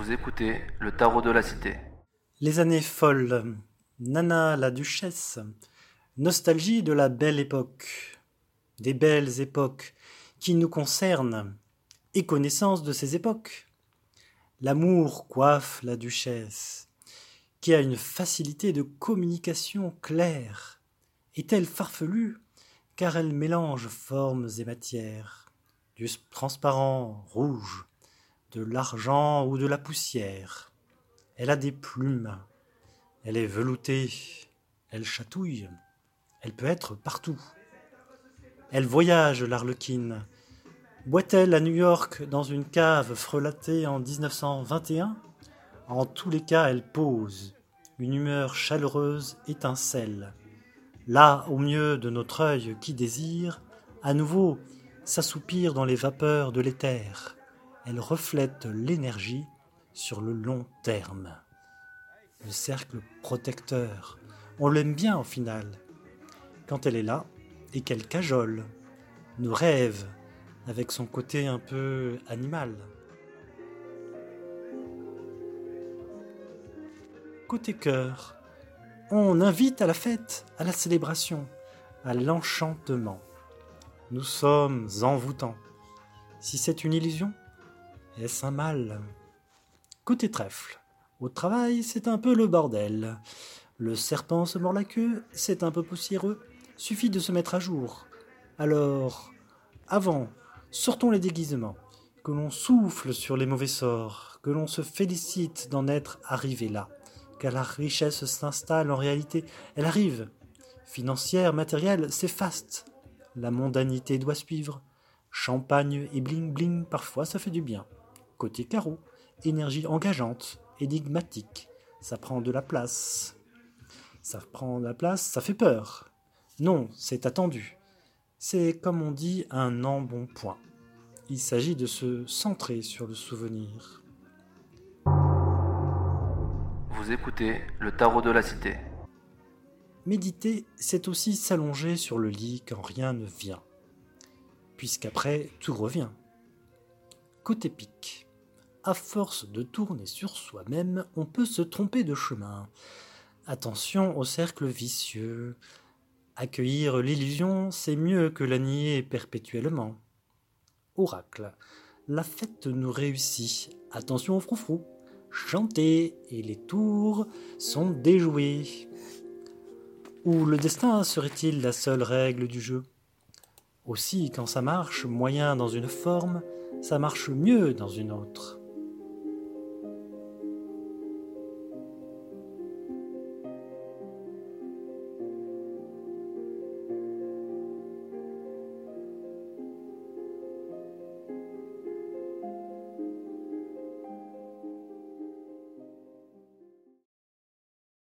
Vous écoutez le tarot de la cité. Les années folles, Nana la duchesse, nostalgie de la belle époque, des belles époques qui nous concernent, et connaissance de ces époques. L'amour coiffe la duchesse, qui a une facilité de communication claire. Est-elle farfelue, car elle mélange formes et matières, du transparent rouge, de l'argent ou de la poussière. Elle a des plumes, elle est veloutée, elle chatouille, elle peut être partout. Elle voyage, l'Arlequine. Boit-elle à New York dans une cave frelatée en 1921 ? En tous les cas, elle pose. Une humeur chaleureuse étincelle. Là, au mieux de notre œil qui désire, à nouveau, s'assoupir dans les vapeurs de l'éther. Elle reflète l'énergie sur le long terme. Le cercle protecteur. On l'aime bien au final. Quand elle est là et qu'elle cajole, nous rêve avec son côté un peu animal. Côté cœur, on invite à la fête, à la célébration, à l'enchantement. Nous sommes envoûtants. Si c'est une illusion, est-ce un mal ? Côté trèfle, au travail, c'est un peu le bordel. Le serpent se mord la queue, c'est un peu poussiéreux. Suffit de se mettre à jour. Alors, avant, sortons les déguisements. Que l'on souffle sur les mauvais sorts, que l'on se félicite d'en être arrivé là. Car la richesse s'installe en réalité, elle arrive. Financière, matérielle, c'est faste. La mondanité doit suivre. Champagne et bling-bling, parfois ça fait du bien. Côté carreau, énergie engageante, énigmatique. Ça prend de la place. Ça prend de la place, ça fait peur. Non, c'est attendu. C'est, comme on dit, un embonpoint. Il s'agit de se centrer sur le souvenir. Vous écoutez le tarot de la cité. Méditer, c'est aussi s'allonger sur le lit quand rien ne vient. Puisqu'après, tout revient. Côté pique. À force de tourner sur soi-même, on peut se tromper de chemin. Attention au cercle vicieux. Accueillir l'illusion, c'est mieux que la nier perpétuellement. Oracle. La fête nous réussit. Attention au froufrou. Chantez et les tours sont déjoués. Ou le destin serait-il la seule règle du jeu ? Aussi, quand ça marche moyen dans une forme, ça marche mieux dans une autre.